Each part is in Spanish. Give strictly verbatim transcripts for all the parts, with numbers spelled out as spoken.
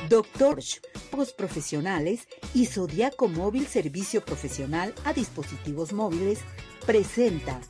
Doctor Postprofesionales y Zodiaco Móvil Servicio Profesional a Dispositivos Móviles presenta.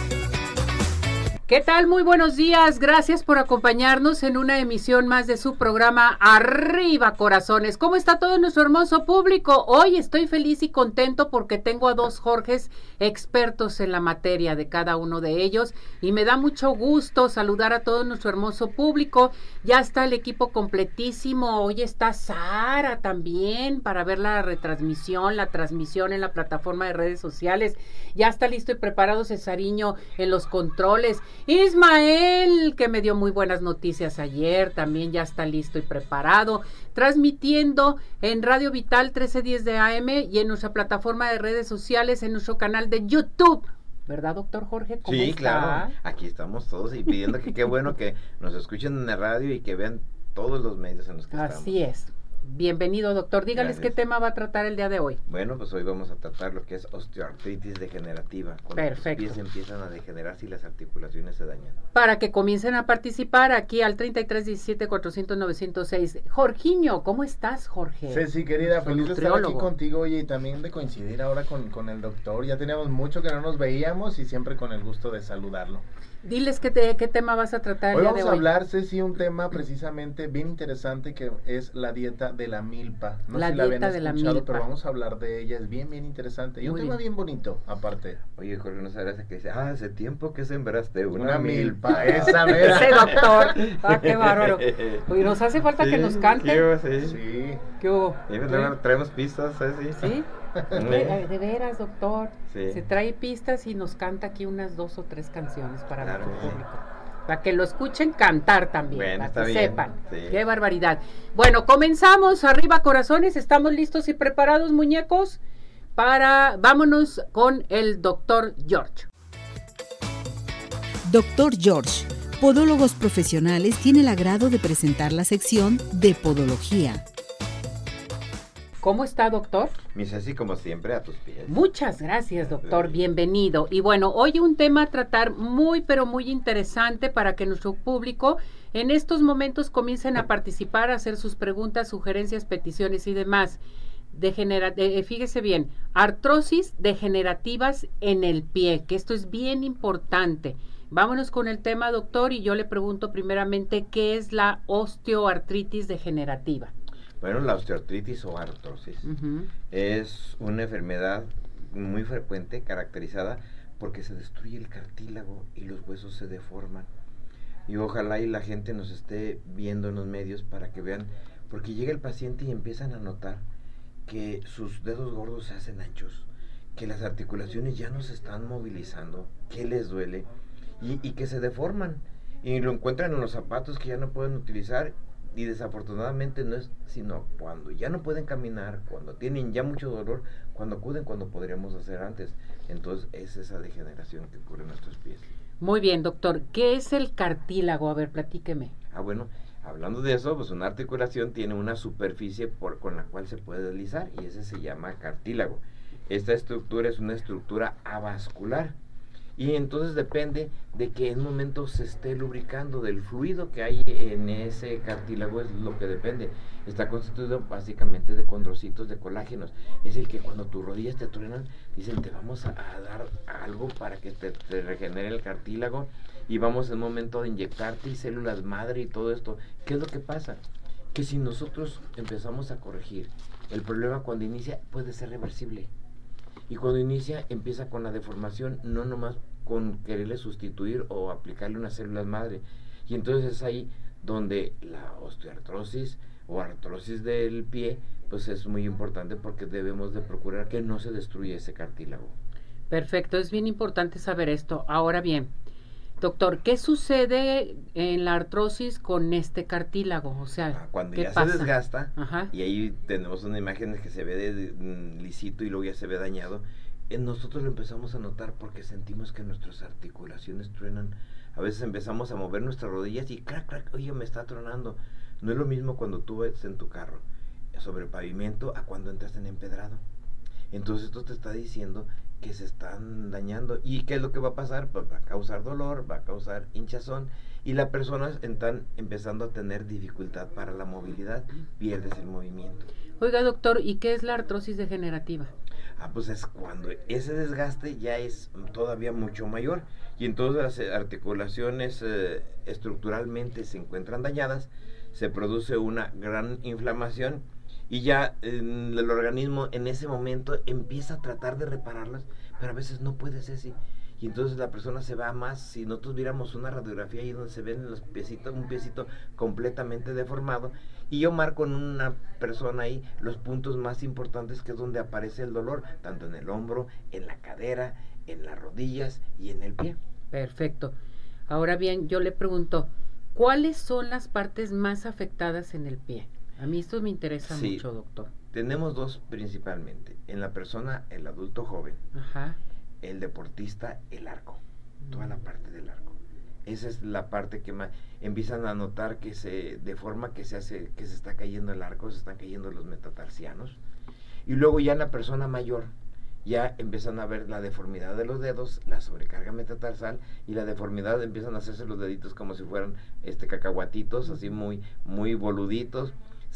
¿Qué tal? Muy buenos días, gracias por acompañarnos en una emisión más de su programa Arriba Corazones. ¿Cómo está todo nuestro hermoso público? Hoy estoy feliz y contento porque tengo a dos Jorges expertos en la materia de cada uno de ellos y me da mucho gusto saludar a todo nuestro hermoso público. Ya está el equipo completísimo, hoy está Sara también para ver la retransmisión, la transmisión en la plataforma de redes sociales. Ya está listo y preparado Cesariño en los controles. Ismael, que me dio muy buenas noticias ayer, también ya está listo y preparado, transmitiendo en Radio Vital trece diez de A M y en nuestra plataforma de redes sociales, en nuestro canal de YouTube. ¿Verdad, doctor Jorge? ¿Cómo sí, está? Claro, aquí estamos todos y pidiendo que qué bueno que nos escuchen en la radio y que vean todos los medios en los que estamos. Así es. Bienvenido, doctor. Dígales Gracias. Qué tema va a tratar el día de hoy. Bueno, pues hoy vamos a tratar lo que es osteoartritis degenerativa. Cuando Perfecto. los pies empiezan a degenerarse y las articulaciones se dañan. Para que comiencen a participar aquí al treinta y tres diecisiete cuatrocientos novecientos seis. Jorginho, ¿cómo estás, Jorge? Ceci, querida, Nuestro feliz de estar nutriólogo. aquí contigo, oye, y también de coincidir ahora con, con el doctor. Ya teníamos mucho que no nos veíamos y siempre con el gusto de saludarlo. Diles qué, te, qué tema vas a tratar el Hoy día vamos de a hoy. hablar, Ceci, un tema precisamente bien interesante que es la dieta de la milpa. No La sé si la habían dieta de la escuchado, milpa. pero vamos a hablar de ella, es bien, bien interesante. Y Muy un tema bien. bien bonito, aparte. Oye, Jorge, ¿no sabes que dice? Ah, hace tiempo que sembraste una, Una milpa. milpa, esa mera. Ese doctor. Ah, qué bárbaro. Oye, nos hace falta que nos cante. ¿Qué hubo? Sí. Sí. ¿Qué hubo? Sí, pues, luego traemos pistas, ¿sabes? ¿Sí? De, de veras, doctor. Sí. Se trae pistas y nos canta aquí unas dos o tres canciones para Claro nuestro que sí. público. Para que lo escuchen cantar también, Bueno, para está que bien, sepan. sí. Qué barbaridad. Bueno, comenzamos. Arriba, corazones. ¿Estamos listos y preparados, muñecos? Para, vámonos con el doctor George. Doctor George, Podólogos Profesionales, tiene el agrado de presentar la sección de Podología. ¿Cómo está, doctor? Mi Ceci, como siempre, a tus pies. Muchas gracias, doctor. Bienvenido. Y bueno, hoy un tema a tratar muy, pero muy interesante para que nuestro público en estos momentos comiencen a participar, a hacer sus preguntas, sugerencias, peticiones y demás. Degenera- eh, fíjese bien, artrosis degenerativas en el pie, que esto es bien importante. Vámonos con el tema, doctor, y yo le pregunto primeramente, ¿qué es la osteoartritis degenerativa? Bueno, la osteoartritis o artrosis Uh-huh. es una enfermedad muy frecuente caracterizada porque se destruye el cartílago y los huesos se deforman. Y ojalá y la gente nos esté viendo en los medios para que vean, porque llega el paciente y empiezan a notar que sus dedos gordos se hacen anchos, que las articulaciones ya no se están movilizando, que les duele y, y que se deforman. Y lo encuentran en los zapatos que ya no pueden utilizar. Y desafortunadamente no es sino cuando ya no pueden caminar, cuando tienen ya mucho dolor, cuando acuden cuando podríamos hacer antes. Entonces es esa degeneración que ocurre en nuestros pies. Muy bien, doctor. ¿Qué es el cartílago? A ver, platíqueme. Ah, bueno, hablando de eso, pues una articulación tiene una superficie por, con la cual se puede deslizar y ese se llama cartílago. Esta estructura es una estructura avascular. Y entonces depende de que en un momento se esté lubricando, del fluido que hay en ese cartílago es lo que depende. Está constituido básicamente de condrocitos, de colágenos. Es el que cuando tus rodillas te truenan, dicen te vamos a, a dar algo para que te, te regenere el cartílago y vamos en un momento de inyectarte y células madre y todo esto. ¿Qué es lo que pasa? Que si nosotros empezamos a corregir, el problema cuando inicia puede ser reversible. Y cuando inicia, empieza con la deformación, no nomás con quererle sustituir o aplicarle unas células madre. Y entonces es ahí donde la osteoartrosis o artrosis del pie, pues es muy importante porque debemos de procurar que no se destruya ese cartílago. Perfecto, es bien importante saber esto. Ahora bien, doctor, ¿qué sucede en la artrosis con este cartílago? O sea, Ah, cuando ¿qué ya pasa? se desgasta, Ajá. y ahí tenemos una imagen que se ve de, de, de lisito y luego ya se ve dañado, eh, nosotros lo empezamos a notar porque sentimos que nuestras articulaciones truenan. A veces empezamos a mover nuestras rodillas y crack, crack, oye, me está tronando. No es lo mismo cuando tú vas en tu carro sobre pavimento a cuando entras en empedrado. Entonces esto te está diciendo que se están dañando. ¿Y qué es lo que va a pasar? Pues va a causar dolor, va a causar hinchazón, y la persona están empezando a tener dificultad para la movilidad, pierdes el movimiento. Oiga, doctor, ¿y qué es la artrosis degenerativa? Ah, pues es cuando ese desgaste ya es todavía mucho mayor, y entonces las articulaciones eh, estructuralmente se encuentran dañadas, se produce una gran inflamación, y ya eh, el organismo en ese momento empieza a tratar de repararlas, pero a veces no puede ser así. Y entonces la persona se va más, si nosotros viéramos una radiografía ahí donde se ven los piecitos, un piecito completamente deformado, y yo marco en una persona ahí los puntos más importantes, que es donde aparece el dolor, tanto en el hombro, en la cadera, en las rodillas y en el pie. Perfecto. Ahora bien, yo le pregunto, ¿cuáles son las partes más afectadas en el pie? A mí esto me interesa sí, mucho, doctor. Tenemos dos principalmente, en la persona, el adulto joven. Ajá. El deportista, el arco, toda la parte del arco. Esa es la parte que más empiezan a notar que se deforma, que se hace, que se está cayendo el arco, se están cayendo los metatarsianos. Y luego ya en la persona mayor, ya empiezan a ver la deformidad de los dedos, la sobrecarga metatarsal, y la deformidad empiezan a hacerse los deditos como si fueran este cacahuatitos, así muy, muy boluditos,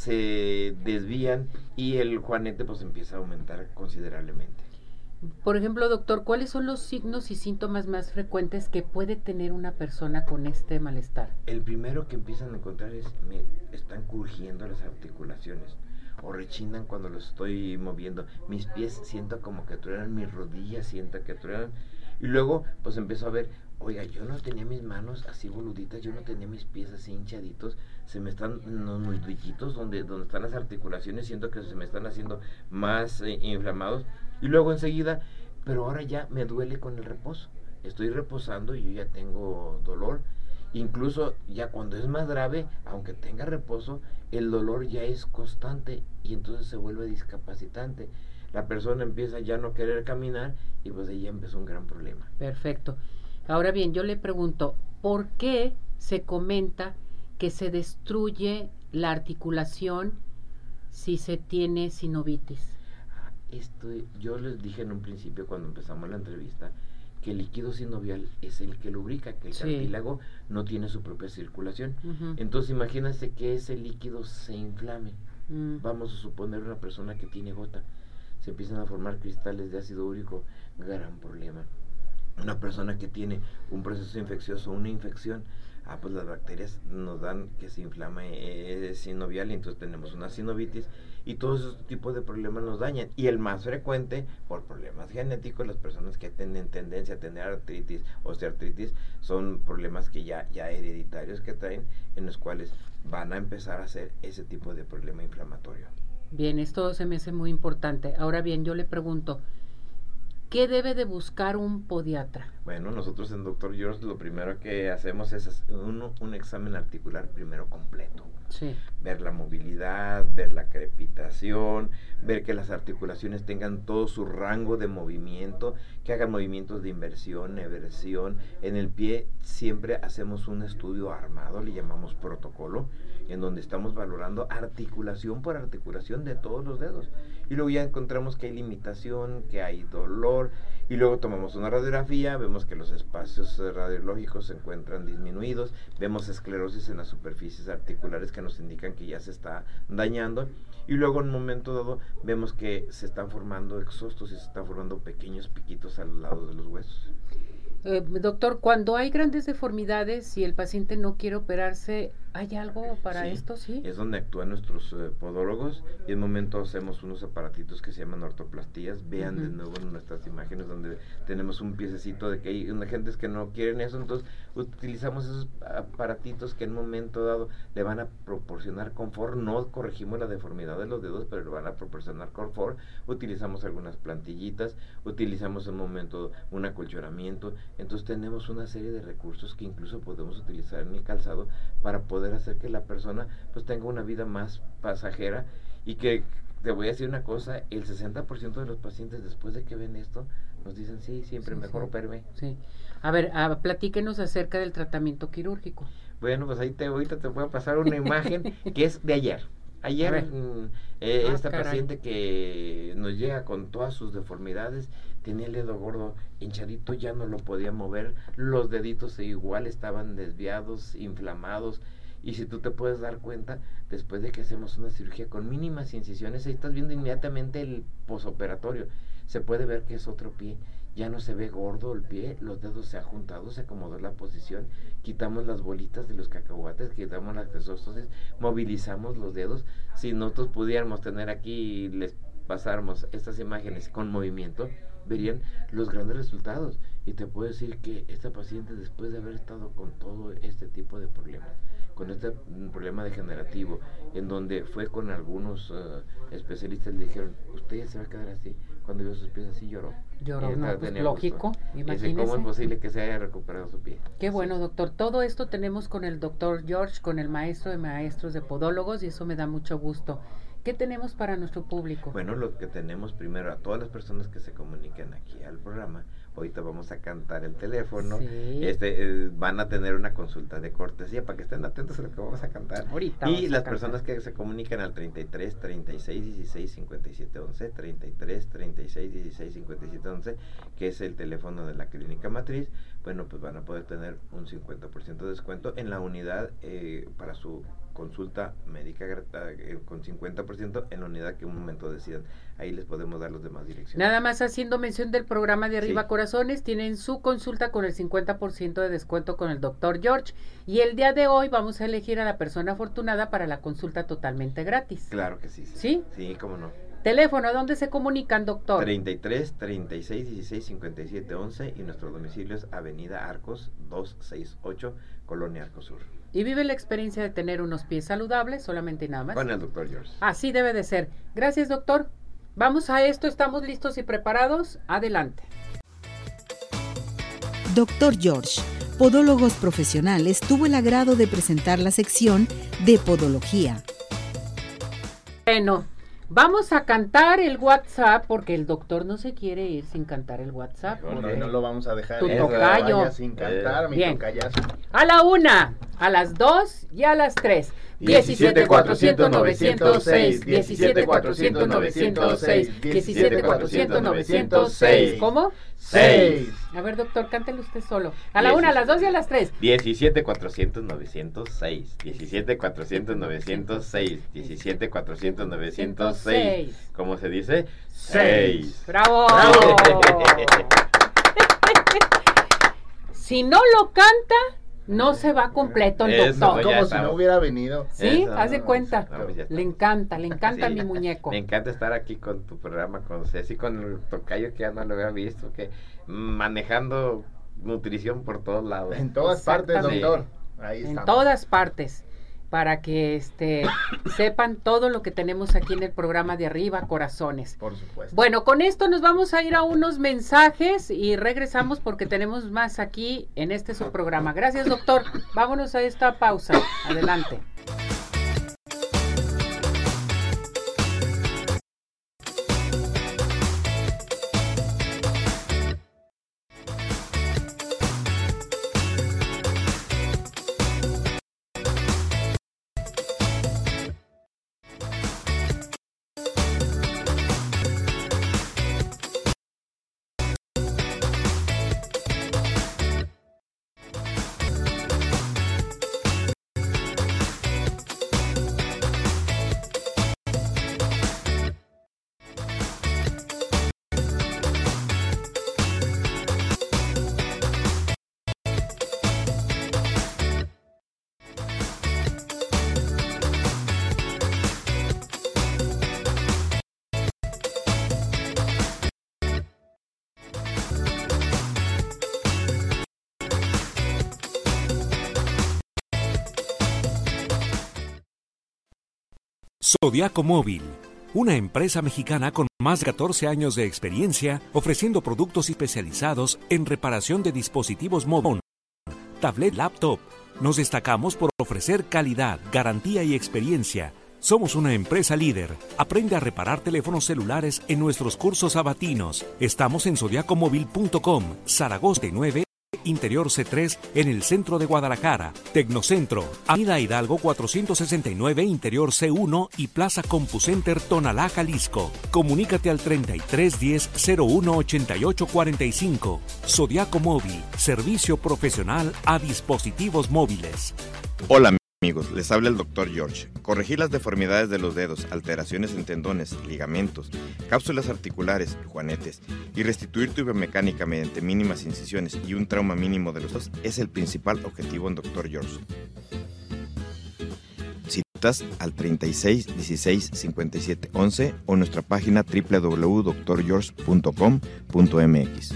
se desvían, y el juanete pues empieza a aumentar considerablemente. Por ejemplo, doctor, ¿cuáles son los signos y síntomas más frecuentes que puede tener una persona con este malestar? El primero que empiezan a encontrar es, me están crujiendo las articulaciones, o rechinan cuando los estoy moviendo, mis pies siento como que truenan, mis rodillas siento que truenan, y luego pues empiezo a ver, oiga, yo no tenía mis manos así boluditas, yo no tenía mis pies así hinchaditos, se me están los nudillitos donde, donde están las articulaciones, siento que se me están haciendo más eh, inflamados, y luego enseguida, pero ahora ya me duele con el reposo, estoy reposando y yo ya tengo dolor, incluso ya cuando es más grave, aunque tenga reposo, el dolor ya es constante, y entonces se vuelve discapacitante. La persona empieza ya a no querer caminar, y pues ahí ya empezó un gran problema. Perfecto. Ahora bien, yo le pregunto, ¿por qué se comenta que se destruye la articulación si se tiene sinovitis? Esto, yo les dije en un principio cuando empezamos la entrevista que el líquido sinovial es el que lubrica, que el sí. cartílago no tiene su propia circulación. Uh-huh. Entonces imagínense que ese líquido se inflame. Uh-huh. Vamos a suponer una persona que tiene gota, se empiezan a formar cristales de ácido úrico, gran problema. Una persona que tiene un proceso infeccioso, una infección, ah, pues las bacterias nos dan que se inflama eh, sinovial, y entonces tenemos una sinovitis, y todos esos tipos de problemas nos dañan. Y el más frecuente, por problemas genéticos, las personas que tienen tendencia a tener artritis, osteoartritis, son problemas que ya, ya hereditarios que traen, en los cuales van a empezar a hacer ese tipo de problema inflamatorio. Bien, esto se me hace muy importante. Ahora bien, yo le pregunto, ¿qué debe de buscar un podiatra? Bueno, nosotros en Doctor George lo primero que hacemos es uno, un examen articular primero completo. Sí. Ver la movilidad, ver la crepitación, ver que las articulaciones tengan todo su rango de movimiento, que hagan movimientos de inversión, eversión. En el pie siempre hacemos un estudio armado, le llamamos protocolo, en donde estamos valorando articulación por articulación de todos los dedos. Y luego ya encontramos que hay limitación, que hay dolor, y luego tomamos una radiografía, vemos que los espacios radiológicos se encuentran disminuidos, vemos esclerosis en las superficies articulares que nos indican que ya se está dañando, y luego en un momento dado vemos que se están formando exhaustos y se están formando pequeños piquitos a los lados de los huesos. Eh, doctor, cuando hay grandes deformidades y el paciente no quiere operarse, ¿hay algo para sí, esto? Sí, es donde actúan nuestros eh, podólogos, y en un momento hacemos unos aparatitos que se llaman ortoplastías. Vean uh-huh. de nuevo en nuestras imágenes donde tenemos un piececito de que hay una gentes que no quieren eso, entonces utilizamos esos aparatitos que en un momento dado le van a proporcionar confort. No corregimos la deformidad de los dedos, pero le van a proporcionar confort. Utilizamos algunas plantillitas, utilizamos en un momento un acolchonamiento. Entonces tenemos una serie de recursos que incluso podemos utilizar en el calzado para poder hacer que la persona pues tenga una vida más pasajera. Y que te voy a decir una cosa, el sesenta por ciento de los pacientes después de que ven esto nos dicen sí, siempre sí, mejor sí. opérame. Sí. A ver, a, platíquenos acerca del tratamiento quirúrgico. Bueno, pues ahí te ahorita te voy a pasar una imagen que es de ayer. Ayer mm, eh, ah, esta caray. paciente que nos llega con todas sus deformidades, tenía el dedo gordo, hinchadito, ya no lo podía mover, los deditos igual estaban desviados, inflamados. Y si tú te puedes dar cuenta, después de que hacemos una cirugía con mínimas incisiones, ahí estás viendo inmediatamente el posoperatorio. Se puede ver que es otro pie, ya no se ve gordo el pie, los dedos se han juntado, se acomodó la posición, quitamos las bolitas de los cacahuates, quitamos las exóstosis, movilizamos los dedos. Si nosotros pudiéramos tener aquí, les pasáramos estas imágenes con movimiento, verían los grandes resultados. Y te puedo decir que esta paciente, después de haber estado con todo este tipo de problemas, con este problema degenerativo, en donde fue con algunos uh, especialistas, le dijeron, usted ya se va a quedar así. Cuando vio sus pies así, lloró. Lloró, no, pues lógico, imagínese. ¿Cómo es posible que se haya recuperado su pie? Qué bueno, doctor. Todo esto tenemos con el doctor George, con el maestro de maestros de podólogos, y eso me da mucho gusto. ¿Qué tenemos para nuestro público? Bueno, lo que tenemos primero, a todas las personas que se comuniquen aquí al programa, ahorita vamos a cantar el teléfono, sí. este eh, van a tener una consulta de cortesía para que estén atentos a lo que vamos a cantar. Ahorita y las personas que se comunican al treinta y tres, treinta y seis, dieciséis, cincuenta y siete, once, treinta y tres, treinta y seis, dieciséis, cincuenta y siete, once, que es el teléfono de la clínica matriz, bueno, pues van a poder tener un cincuenta por ciento de descuento en la unidad eh, para su consulta médica eh, con cincuenta por ciento en la unidad que un momento decidan. Ahí les podemos dar los demás direcciones. Nada más haciendo mención del programa de Arriba sí. Corazones, tienen su consulta con el cincuenta por ciento de descuento con el doctor George, y el día de hoy vamos a elegir a la persona afortunada para la consulta totalmente gratis. Claro que sí. Sí, ¿Sí? Sí, cómo no. Teléfono, ¿dónde se comunican, doctor? treinta y tres, treinta y seis, dieciséis, cincuenta y siete, once, y nuestro domicilio es Avenida Arcos doscientos sesenta y ocho, Colonia Arcos Sur. Y vive la experiencia de tener unos pies saludables, solamente y nada más. Con el doctor George. Así debe de ser. Gracias, doctor. Vamos a esto, ¿estamos listos y preparados? Adelante. doctor George, Podólogos Profesionales, tuvo el agrado de presentar la sección de Podología. Bueno, vamos a cantar el WhatsApp porque el doctor no se quiere ir sin cantar el WhatsApp. Bueno, y no lo vamos a dejar. Tu tocayo. Sin cantar, mi tocayazo. A la una, a las dos y a las tres. diecisiete, cuatrocientos, novecientos seis. diecisiete, cuatrocientos, novecientos seis. diecisiete, cuatrocientos, novecientos seis. ¿Cómo? seis. A ver, doctor, cántelo usted solo. A la una, a las dos y a las tres. diecisiete, cuatrocientos, novecientos seis. diecisiete, cuatrocientos, novecientos seis. diecisiete, cuatrocientos, novecientos seis. ¿Cómo se dice? seis. ¡Bravo! ¡Bravo! Si no lo canta, no se va completo el doctor. Eso, como si no hubiera venido. Sí, Eso, haz de cuenta. No, pues le encanta, le encanta sí. mi muñeco. Me encanta estar aquí con tu programa, con Ceci, con el tocayo que ya no lo había visto, que manejando nutrición por todos lados. En todas partes, doctor. Ahí en estamos. todas partes. Para que este sepan todo lo que tenemos aquí en el programa de Arriba Corazones. Por supuesto. Bueno, con esto nos vamos a ir a unos mensajes y regresamos porque tenemos más aquí en este su programa. Gracias, doctor. Vámonos a esta pausa. Adelante. Zodiaco Móvil, una empresa mexicana con más de catorce años de experiencia ofreciendo productos especializados en reparación de dispositivos móviles, tablet, laptop. Nos destacamos por ofrecer calidad, garantía y experiencia. Somos una empresa líder. Aprende a reparar teléfonos celulares en nuestros cursos sabatinos. Estamos en zodiaco móvil punto com, Zaragoza nueve, Interior C tres en el centro de Guadalajara. Tecnocentro, Avenida Hidalgo cuatrocientos sesenta y nueve, Interior C uno y Plaza CompuCenter Tonalá, Jalisco. Comunícate al treinta y tres diez cero uno ochenta y ocho cuarenta y cinco. Zodiaco Móvil, servicio profesional a dispositivos móviles. Hola amigos, les habla el doctor George. Corregir las deformidades de los dedos, alteraciones en tendones, ligamentos, cápsulas articulares, juanetes y restituir tu biomecánica mediante mínimas incisiones y un trauma mínimo de los dedos es el principal objetivo en doctor George. Citas al treinta y seis dieciséis cincuenta y siete once o nuestra página doble u doble u doble u punto doctor george punto com punto m x.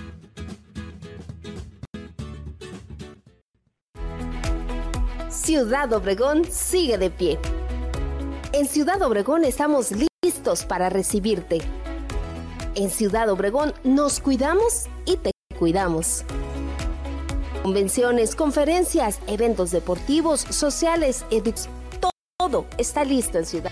Ciudad Obregón sigue de pie. En Ciudad Obregón estamos listos para recibirte. En Ciudad Obregón nos cuidamos y te cuidamos. Convenciones, conferencias, eventos deportivos, sociales, educativos, todo está listo en Ciudad.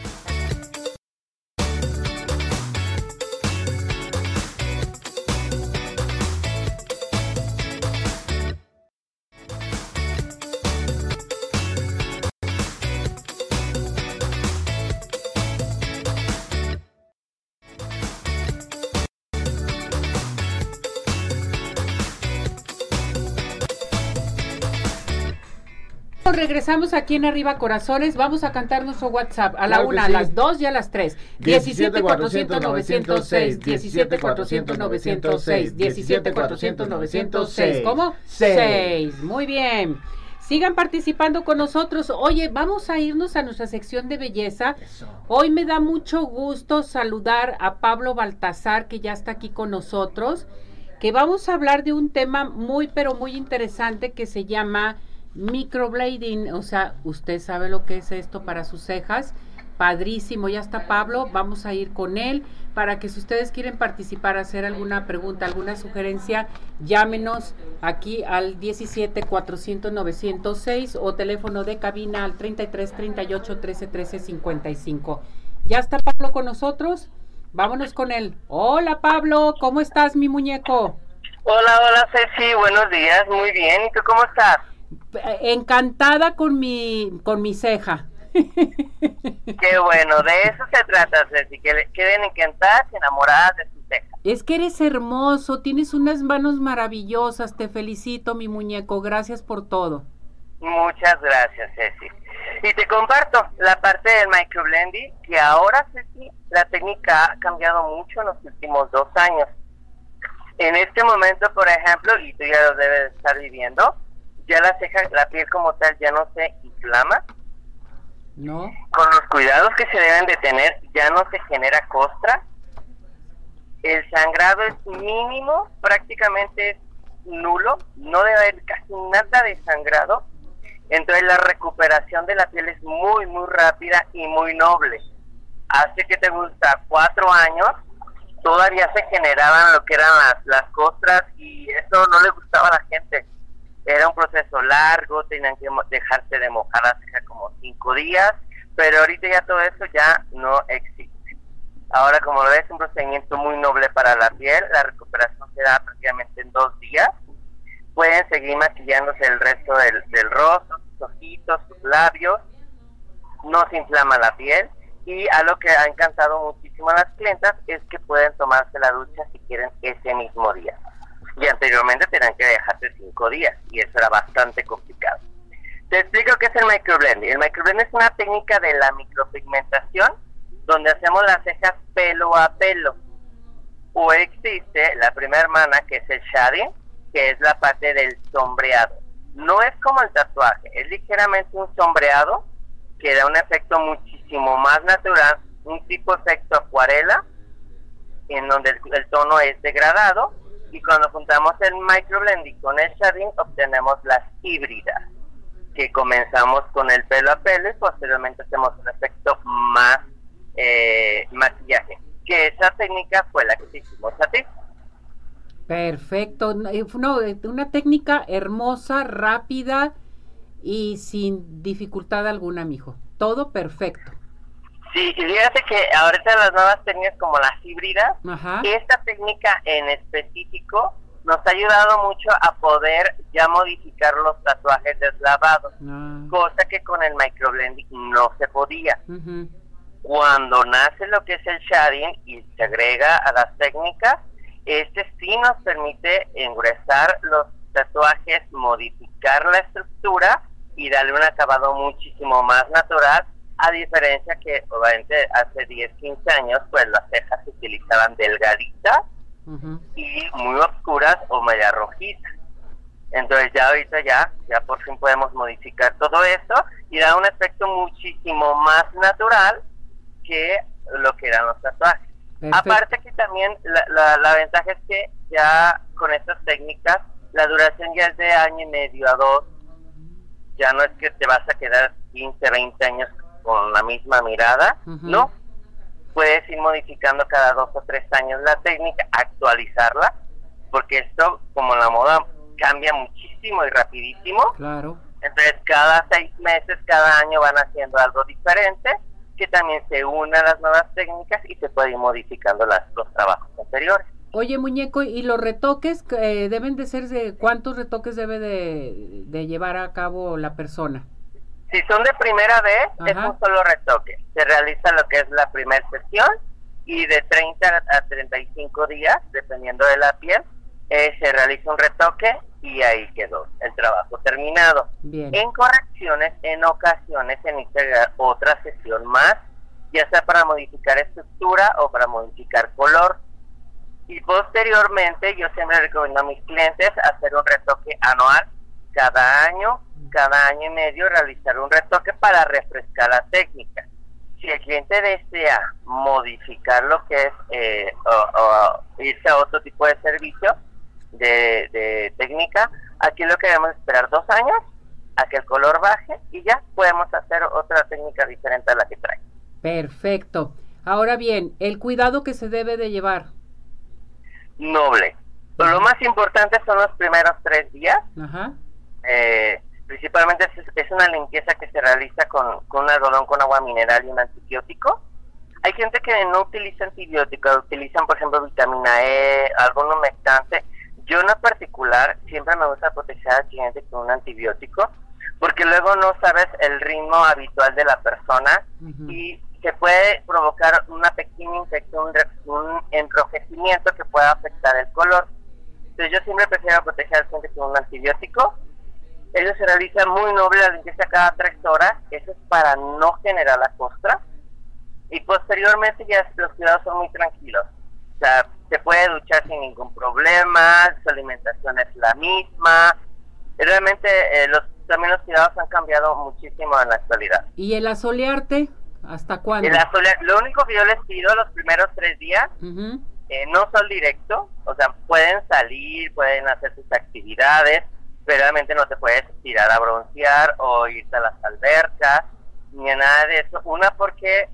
Regresamos aquí en Arriba Corazones. Vamos a cantar nuestro WhatsApp a la Claro una, sí. a las dos y a las tres. diecisiete cuatrocientos novecientos seis, diecisiete cuatrocientos novecientos seis, diecisiete cuatrocientos novecientos seis. ¿Cómo? seis. Muy bien. Sigan participando con nosotros. Oye, vamos a irnos a nuestra sección de belleza. Eso. Hoy me da mucho gusto saludar a Pablo Baltasar, que ya está aquí con nosotros, que vamos a hablar de un tema muy, pero muy interesante que se llama microblading. O sea, usted sabe lo que es esto para sus cejas. Padrísimo, ya está Pablo, vamos a ir con él para que si ustedes quieren participar, hacer alguna pregunta, alguna sugerencia, llámenos aquí al diecisiete cuatrocientos novecientos seis o teléfono de cabina al treinta y tres treinta y ocho trece trece cincuenta y cinco. ¿Ya está Pablo con nosotros? Vámonos con él. Hola Pablo, ¿cómo estás, mi muñeco? Hola, hola Ceci, buenos días, muy bien, ¿y tú cómo estás? Encantada con mi, con mi ceja. Qué bueno, de eso se trata, Ceci, que le queden encantadas y enamoradas de sus cejas. Es que eres hermoso, tienes unas manos maravillosas, te felicito, mi muñeco, gracias por todo. Muchas gracias, Ceci. Y te comparto la parte del microblending, que ahora, Ceci, la técnica ha cambiado mucho en los últimos dos años. En este momento, por ejemplo, y tú ya lo debes estar viviendo, ya la ceja, la piel como tal ya no se inflama. ¿No? Con los cuidados que se deben de tener, ya no se genera costra. El sangrado es mínimo, prácticamente es nulo, no debe haber casi nada de sangrado. Entonces la recuperación de la piel es muy, muy rápida y muy noble. Hace que te gusta cuatro años, todavía se generaban lo que eran las, las costras y eso no le gustaba a la gente. Era un proceso largo, tenían que dejarse de mojar la ceja como cinco días, pero ahorita ya todo eso ya no existe. Ahora, como lo ves, es un procedimiento muy noble para la piel, la recuperación se da prácticamente en dos días. Pueden seguir maquillándose el resto del, del rostro, sus ojitos, sus labios, no se inflama la piel, y algo que ha encantado muchísimo a las clientas es que pueden tomarse la ducha si quieren ese mismo día. Y anteriormente tenían que dejarse cinco días, y eso era bastante complicado. Te explico qué es el microblending. El microblending es una técnica de la micropigmentación, donde hacemos las cejas pelo a pelo. O existe la primera hermana, que es el shading, que es la parte del sombreado. No es como el tatuaje, es ligeramente un sombreado, que da un efecto muchísimo más natural, un tipo efecto acuarela, en donde el, el tono es degradado. Y cuando juntamos el microblending con el shading, obtenemos las híbridas, que comenzamos con el pelo a pelo y posteriormente hacemos un efecto más eh, maquillaje. Que esa técnica fue la que te hicimos a ti. Perfecto. No, una técnica hermosa, rápida y sin dificultad alguna, mijo. Todo perfecto. Sí, y fíjate que ahorita las nuevas técnicas como las híbridas, Ajá. esta técnica en específico nos ha ayudado mucho a poder ya modificar los tatuajes deslavados, ah. cosa que con el microblending no se podía. Uh-huh. Cuando nace lo que es el shading y se agrega a las técnicas, este sí nos permite engruesar los tatuajes, modificar la estructura y darle un acabado muchísimo más natural, a diferencia que obviamente hace diez, quince años pues las cejas se utilizaban delgaditas uh-huh. y muy oscuras o media rojizas. Entonces ya ahorita ya, ya por fin podemos modificar todo eso y dar un aspecto muchísimo más natural que lo que eran los tatuajes. Perfecto. Aparte que también la, la, la ventaja es que ya con estas técnicas la duración ya es de año y medio a dos, ya no es que te vas a quedar quince, veinte años con la misma mirada, uh-huh. no, puedes ir modificando cada dos o tres años la técnica, actualizarla, porque esto, como la moda, cambia muchísimo y rapidísimo, claro. Entonces cada seis meses, cada año van haciendo algo diferente, que también se unen a las nuevas técnicas y se puede ir modificando las, los trabajos anteriores. Oye, muñeco, ¿y los retoques eh, deben de ser de cuántos retoques debe de, de llevar a cabo la persona? Si son de primera vez, ajá. es un solo retoque. Se realiza lo que es la primera sesión y de treinta a treinta y cinco días, dependiendo de la piel, eh, se realiza un retoque y ahí quedó el trabajo terminado. Bien. En correcciones, en ocasiones se necesita otra sesión más, ya sea para modificar estructura o para modificar color. Y posteriormente yo siempre recomiendo a mis clientes hacer un retoque anual, cada año, cada año y medio realizar un retoque para refrescar la técnica. Si el cliente desea modificar lo que es eh, o, o irse a otro tipo de servicio de, de técnica, aquí lo que debemos esperar dos años a que el color baje y ya podemos hacer otra técnica diferente a la que trae. Perfecto. Ahora bien, el cuidado que se debe de llevar. Noble. Pero lo más importante son los primeros tres días. Ajá. Eh, principalmente es, es una limpieza que se realiza con, con un algodón con agua mineral y un antibiótico. Hay gente que no utiliza antibióticos, utilizan por ejemplo vitamina E, algún humectante. Yo en particular siempre me gusta proteger al cliente con un antibiótico, porque luego no sabes el ritmo habitual de la persona uh-huh. y se puede provocar una pequeña infección, un enrojecimiento que pueda afectar el color. Entonces yo siempre prefiero proteger al cliente con un antibiótico. Ellos se realizan muy noble la limpieza cada tres horas, eso es para no generar la costra, y posteriormente ya los cuidados son muy tranquilos. O sea, se puede duchar sin ningún problema, su alimentación es la misma, realmente eh, los, también los cuidados han cambiado muchísimo en la actualidad. ¿Y el asolearte? ¿Hasta cuándo? El asolear, lo único que yo les pido los primeros tres días, uh-huh. eh, no sol directo, o sea, pueden salir, pueden hacer sus actividades, pero realmente no te puedes tirar a broncear o irte a las albercas, ni a nada de eso. Una, porque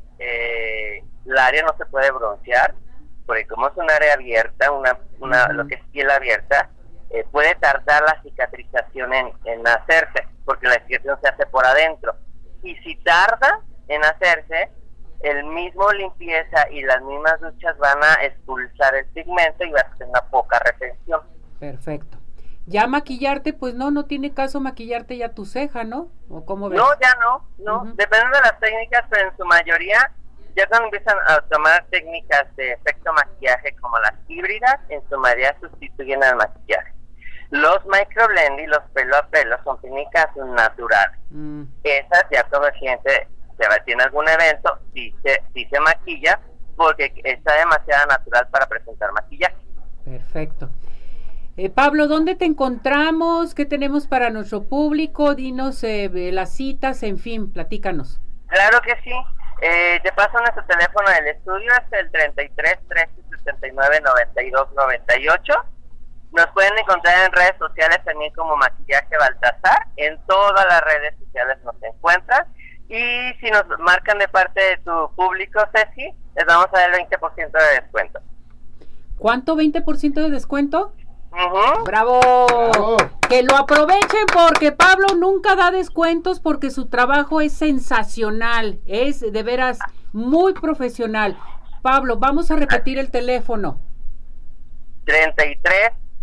eh, el área no se puede broncear, porque como es un área abierta, una, una uh-huh. lo que es piel abierta, eh, puede tardar la cicatrización en, en hacerse, porque la cicatrización se hace por adentro. Y si tarda en hacerse, el mismo limpieza y las mismas duchas van a expulsar el pigmento y va a tener una poca retención. Perfecto. Ya maquillarte, pues no, no tiene caso maquillarte ya tu ceja, ¿no? ¿O cómo ves? No, ya no, no. Uh-huh. Depende de las técnicas, pero en su mayoría, ya cuando empiezan a tomar técnicas de efecto maquillaje como las híbridas, en su mayoría sustituyen al maquillaje. Los microblending, los pelo a pelo, son técnicas naturales. Uh-huh. Esas ya como el cliente se va, tiene algún evento, sí se, sí se maquilla, porque está demasiado natural para presentar maquillaje. Perfecto. Eh, Pablo, ¿dónde te encontramos? ¿Qué tenemos para nuestro público? Dinos eh, las citas, en fin, platícanos. Claro que sí. Eh, te paso nuestro teléfono del estudio, es el treinta y tres, trece, sesenta y nueve, noventa y dos, noventa y ocho. Nos pueden encontrar en redes sociales también como Maquillaje Baltasar. En todas las redes sociales nos encuentran. Y si nos marcan de parte de tu público, Ceci, les vamos a dar el veinte por ciento de descuento. ¿Cuánto? ¿veinte por ciento de descuento? Uh-huh. ¡Bravo! ¡Bravo! Que lo aprovechen, porque Pablo nunca da descuentos, porque su trabajo es sensacional, es de veras muy profesional. Pablo, vamos a repetir el teléfono. treinta y tres,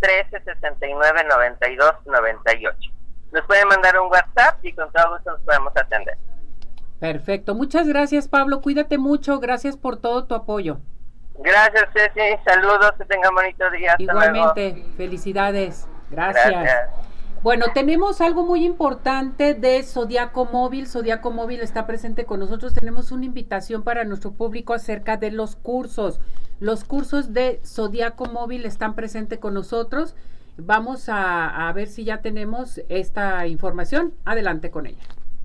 trece, sesenta y nueve, noventa y dos, noventa y ocho. Nos pueden mandar un WhatsApp y con todo gusto nos podemos atender. Perfecto, muchas gracias, Pablo, cuídate mucho, gracias por todo tu apoyo. Gracias, Ceci, saludos, que tengan bonito día. Hasta Igualmente, luego. Felicidades, gracias. Gracias. Bueno, tenemos algo muy importante de Zodiaco Móvil. Zodiaco Móvil está presente con nosotros. Tenemos una invitación para nuestro público acerca de los cursos. Los cursos de Zodiaco Móvil están presentes con nosotros. Vamos a, a ver si ya tenemos esta información. Adelante con ella.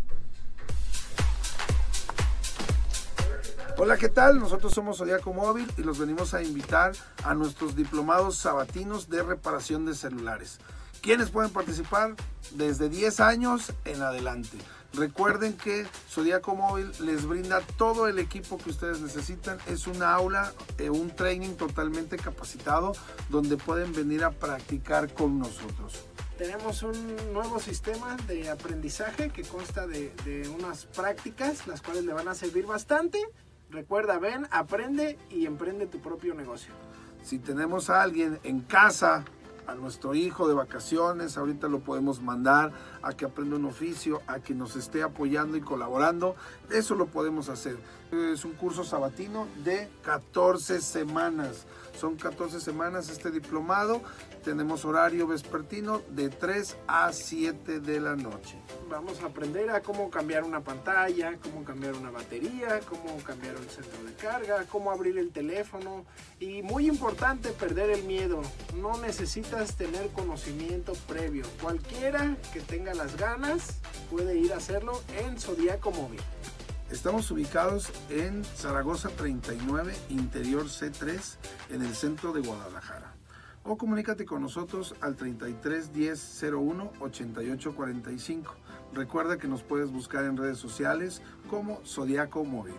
Hola, ¿qué tal? Nosotros somos Zodiaco Móvil y los venimos a invitar a nuestros diplomados sabatinos de reparación de celulares. ¿Quiénes pueden participar? Desde diez años en adelante. Recuerden que Zodiaco Móvil les brinda todo el equipo que ustedes necesitan. Es una aula, eh, un training totalmente capacitado donde pueden venir a practicar con nosotros. Tenemos un nuevo sistema de aprendizaje que consta de, de unas prácticas, las cuales le van a servir bastante. Recuerda, ven, aprende y emprende tu propio negocio. Si tenemos a alguien en casa, a nuestro hijo de vacaciones, ahorita lo podemos mandar a que aprenda un oficio, a que nos esté apoyando y colaborando, eso lo podemos hacer. Es un curso sabatino de catorce semanas, son catorce semanas este diplomado, tenemos horario vespertino de tres a siete de la noche. Vamos a aprender a cómo cambiar una pantalla, cómo cambiar una batería, cómo cambiar un centro de carga, cómo abrir el teléfono y muy importante, perder el miedo. No necesitas tener conocimiento previo. Cualquiera que tenga las ganas puede ir a hacerlo en Zodiaco Móvil. Estamos ubicados en Zaragoza treinta y nueve, Interior C tres, en el centro de Guadalajara. O comunícate con nosotros al treinta y tres, diez, cero uno, ochenta y ocho cuarenta y cinco. Recuerda que nos puedes buscar en redes sociales como Zodiaco Móvil.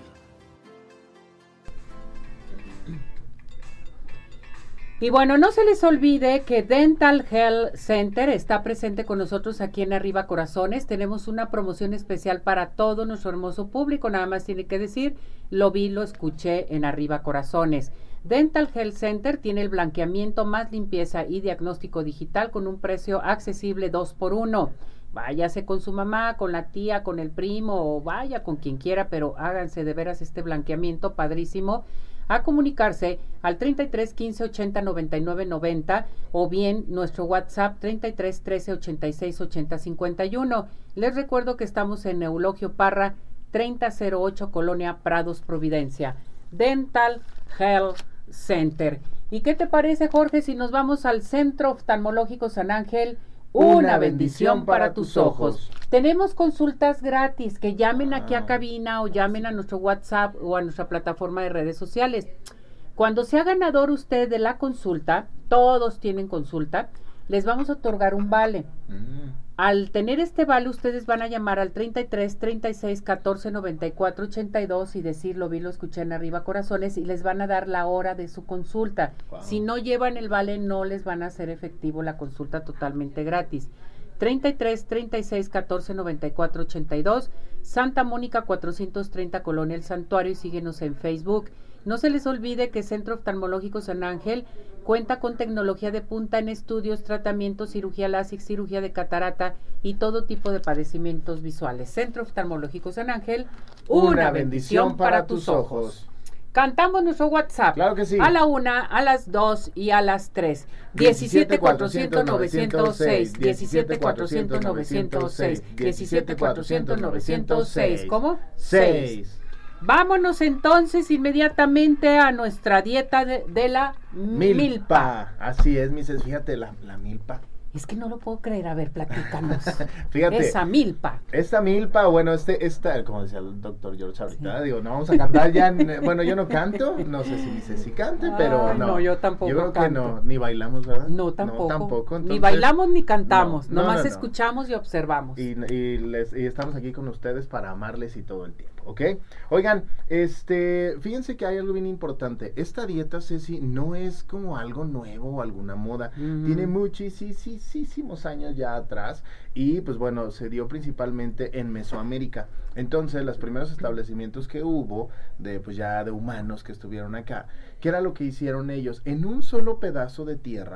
Y bueno, no se les olvide que Dental Health Center está presente con nosotros aquí en Arriba Corazones. Tenemos una promoción especial para todo nuestro hermoso público. Nada más tiene que decir, lo vi, lo escuché en Arriba Corazones. Dental Health Center tiene el blanqueamiento, más limpieza y diagnóstico digital con un precio accesible dos por uno. Váyase con su mamá, con la tía, con el primo o vaya con quien quiera, pero háganse de veras este blanqueamiento padrísimo. A comunicarse al treinta y tres, quince, ochenta, noventa y nueve, noventa o bien nuestro WhatsApp treinta y tres, trece, ochenta y seis, ochenta, cincuenta y uno. Les recuerdo que estamos en Eulogio Parra, treinta cero ocho, Colonia Prados, Providencia. Dental Health Center. ¿Y qué te parece, Jorge, si nos vamos al Centro Oftalmológico San Ángel? Una bendición para tus ojos. Tenemos consultas gratis, que llamen aquí a cabina o llamen a nuestro WhatsApp o a nuestra plataforma de redes sociales. Cuando sea ganador usted de la consulta, todos tienen consulta, les vamos a otorgar un vale. Mm. Al tener este vale, ustedes van a llamar al treinta y tres, treinta y seis, catorce, noventa y cuatro, ochenta y dos y decir, lo vi, lo escuché en Arriba Corazones, y les van a dar la hora de su consulta. Wow. Si no llevan el vale, no les van a hacer efectivo la consulta totalmente gratis. treinta y tres, treinta y seis, catorce, noventa y cuatro, ochenta y dos, Santa Mónica cuatrocientos treinta, Colonia El Santuario, y síguenos en Facebook. No se les olvide que Centro Oftalmológico San Ángel cuenta con tecnología de punta en estudios, tratamientos, cirugía láser, cirugía de catarata y todo tipo de padecimientos visuales. Centro Oftalmológico San Ángel, una, una bendición para, para tus ojos. ojos. Cantamos nuestro WhatsApp. Claro que sí. A la una, a las dos y a las tres. diecisiete, cuatrocientos, novecientos seis. diecisiete, cuatrocientos, novecientos seis. diecisiete, cuatrocientos, novecientos seis. ¿Cómo? seis. Vámonos entonces inmediatamente a nuestra dieta de, de la milpa. milpa. Así es, Mises, fíjate, la, la milpa. Es que no lo puedo creer, a ver, platícanos. Fíjate. Esa milpa. Esta milpa, bueno, este, esta, como decía el doctor George ahorita, sí. digo, no vamos a cantar ya, en, bueno, yo no canto, no sé si Mises sí cante, pero Ay, no. No, yo tampoco Yo creo canto. que no, ni bailamos, ¿verdad? No, tampoco. No, tampoco. Entonces, ni bailamos ni cantamos, no, nomás no, no, escuchamos no. y observamos. Y, y, les, y estamos aquí con ustedes para amarles y todo el tiempo, ¿ok? Oigan, este, fíjense que hay algo bien importante. Esta dieta, Ceci, no es como algo nuevo o alguna moda. Mm. Tiene muchísimos años ya atrás y pues bueno, se dio principalmente en Mesoamérica. Entonces, los primeros establecimientos que hubo de pues ya de humanos que estuvieron acá, ¿qué era lo que hicieron ellos? En un solo pedazo de tierra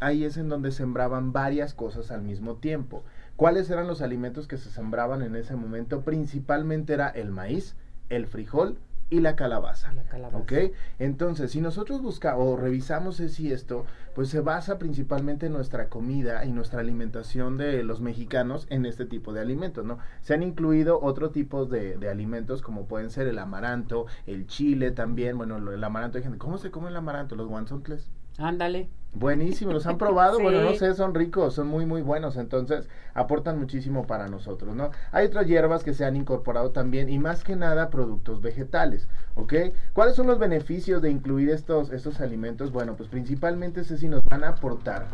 ahí es en donde sembraban varias cosas al mismo tiempo. ¿Cuáles eran los alimentos que se sembraban en ese momento? Principalmente era el maíz, el frijol y la calabaza. La calabaza. ¿Ok? Entonces, si nosotros buscamos o revisamos si esto, pues se basa principalmente en nuestra comida y nuestra alimentación de los mexicanos en este tipo de alimentos, ¿no? Se han incluido otro tipo de, de alimentos como pueden ser el amaranto, el chile también. Bueno, el amaranto, hay gente, ¿cómo se come el amaranto? ¿Los guanzontles? Ándale. Buenísimo, ¿los han probado? Sí. Bueno, no sé, son ricos, son muy muy buenos, entonces aportan muchísimo para nosotros, ¿no? Hay otras hierbas que se han incorporado también y más que nada productos vegetales, ¿ok? ¿Cuáles son los beneficios de incluir estos, estos alimentos? Bueno, pues principalmente es si nos van a aportar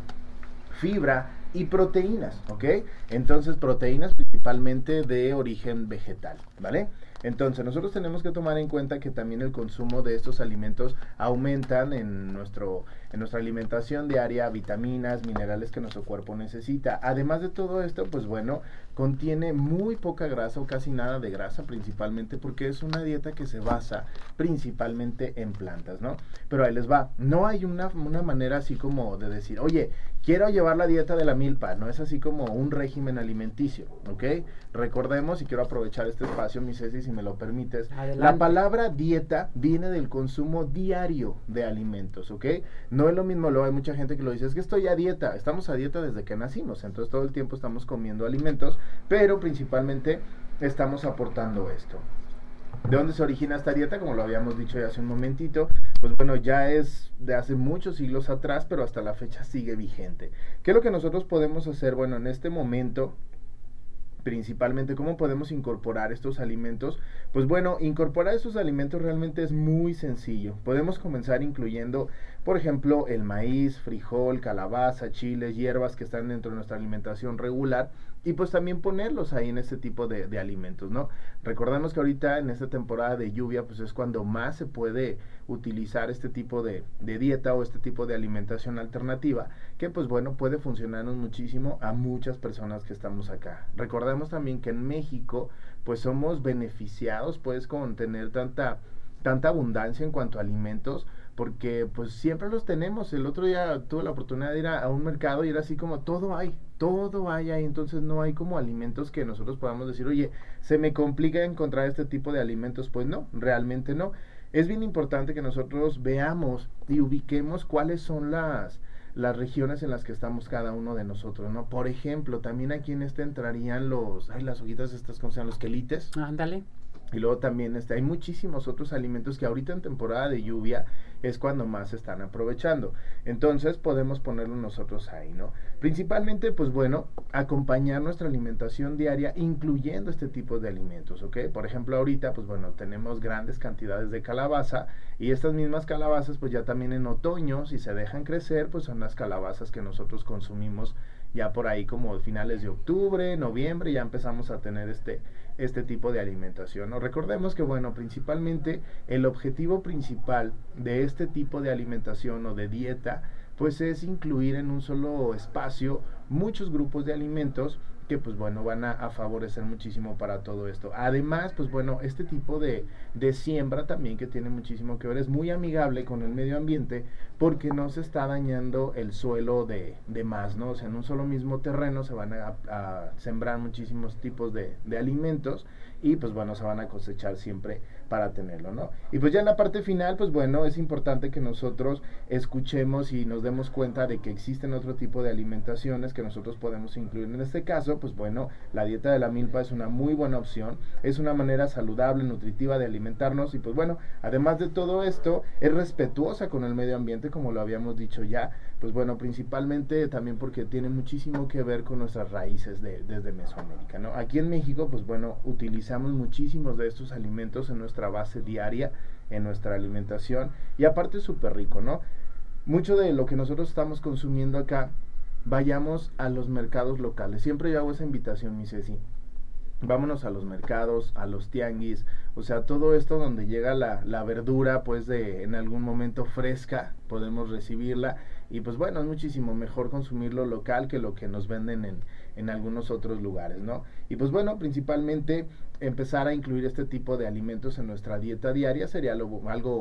fibra y proteínas, ¿ok? Entonces proteínas principalmente de origen vegetal, ¿vale? Entonces nosotros tenemos que tomar en cuenta que también el consumo de estos alimentos aumentan en, nuestro, en nuestra alimentación diaria vitaminas, minerales que nuestro cuerpo necesita. Además de todo esto, pues bueno, contiene muy poca grasa o casi nada de grasa, principalmente porque es una dieta que se basa principalmente en plantas, ¿no? Pero ahí les va, no hay una, una manera así como de decir, oye, quiero llevar la dieta de la milpa, no es así como un régimen alimenticio, ¿ok? Recordemos, y quiero aprovechar este espacio, mi Ceci, si me lo permites, Adelante. La palabra dieta viene del consumo diario de alimentos, ¿ok? No es lo mismo, luego hay mucha gente que lo dice, es que estoy a dieta, estamos a dieta desde que nacimos, entonces todo el tiempo estamos comiendo alimentos, pero principalmente estamos aportando esto. ¿De dónde se origina esta dieta? Como lo habíamos dicho ya hace un momentito, pues bueno, ya es de hace muchos siglos atrás, pero hasta la fecha sigue vigente. ¿Qué es lo que nosotros podemos hacer? Bueno, en este momento, principalmente, ¿cómo podemos incorporar estos alimentos? Pues bueno, incorporar estos alimentos realmente es muy sencillo. Podemos comenzar incluyendo, por ejemplo, el maíz, frijol, calabaza, chiles, hierbas que están dentro de nuestra alimentación regular y pues también ponerlos ahí en este tipo de, de alimentos, ¿no? Recordemos que ahorita en esta temporada de lluvia pues es cuando más se puede utilizar este tipo de, de dieta o este tipo de alimentación alternativa que pues bueno puede funcionarnos muchísimo a muchas personas que estamos acá. Recordemos también que en México pues somos beneficiados pues con tener tanta, tanta abundancia en cuanto a alimentos porque pues siempre los tenemos. El otro día tuve la oportunidad de ir a, a un mercado y era así como todo hay, todo hay ahí, entonces no hay como alimentos que nosotros podamos decir, oye, se me complica encontrar este tipo de alimentos, pues no, realmente no. Es bien importante que nosotros veamos y ubiquemos cuáles son las, las regiones en las que estamos cada uno de nosotros, ¿no? Por ejemplo, también aquí en este entrarían los, ay, las hojitas estas, ¿cómo se llaman? Los quelites. Ándale. Y luego también este, hay muchísimos otros alimentos que ahorita en temporada de lluvia es cuando más se están aprovechando. Entonces podemos ponerlo nosotros ahí, ¿no? Principalmente, pues bueno, acompañar nuestra alimentación diaria incluyendo este tipo de alimentos, ¿ok? Por ejemplo, ahorita, pues bueno, tenemos grandes cantidades de calabaza y estas mismas calabazas, pues ya también en otoño, si se dejan crecer, pues son las calabazas que nosotros consumimos ya por ahí como finales de octubre, noviembre, ya empezamos a tener este, este tipo de alimentación, ¿no? Recordemos que, bueno, principalmente el objetivo principal de este tipo de alimentación o de dieta, pues es incluir en un solo espacio muchos grupos de alimentos que pues bueno van a, a favorecer muchísimo para todo esto. Además, pues bueno, este tipo de, de siembra también que tiene muchísimo que ver, es muy amigable con el medio ambiente porque no se está dañando el suelo de, de más, ¿no? O sea, en un solo mismo terreno se van a, a sembrar muchísimos tipos de, de alimentos y pues bueno, se van a cosechar siempre para tenerlo, ¿no? Y pues ya en la parte final, pues bueno, es importante que nosotros escuchemos y nos demos cuenta de que existen otro tipo de alimentaciones que nosotros podemos incluir. En este caso, pues bueno, la dieta de la milpa es una muy buena opción, es una manera saludable, nutritiva de alimentarnos y pues bueno, además de todo esto, es respetuosa con el medio ambiente, como lo habíamos dicho ya, pues bueno, principalmente también porque tiene muchísimo que ver con nuestras raíces de, desde Mesoamérica, ¿no? Aquí en México, pues bueno, utilizamos muchísimos de estos alimentos en nuestra base diaria, en nuestra alimentación y aparte es súper rico, ¿no? Mucho de lo que nosotros estamos consumiendo acá, vayamos a los mercados locales. Siempre yo hago esa invitación, mi Ceci. Vámonos a los mercados, a los tianguis, o sea, todo esto donde llega la, la verdura, pues de en algún momento fresca, podemos recibirla y pues bueno, es muchísimo mejor consumirlo local que lo que nos venden en, en algunos otros lugares, ¿no? Y pues bueno, principalmente empezar a incluir este tipo de alimentos en nuestra dieta diaria sería lo, algo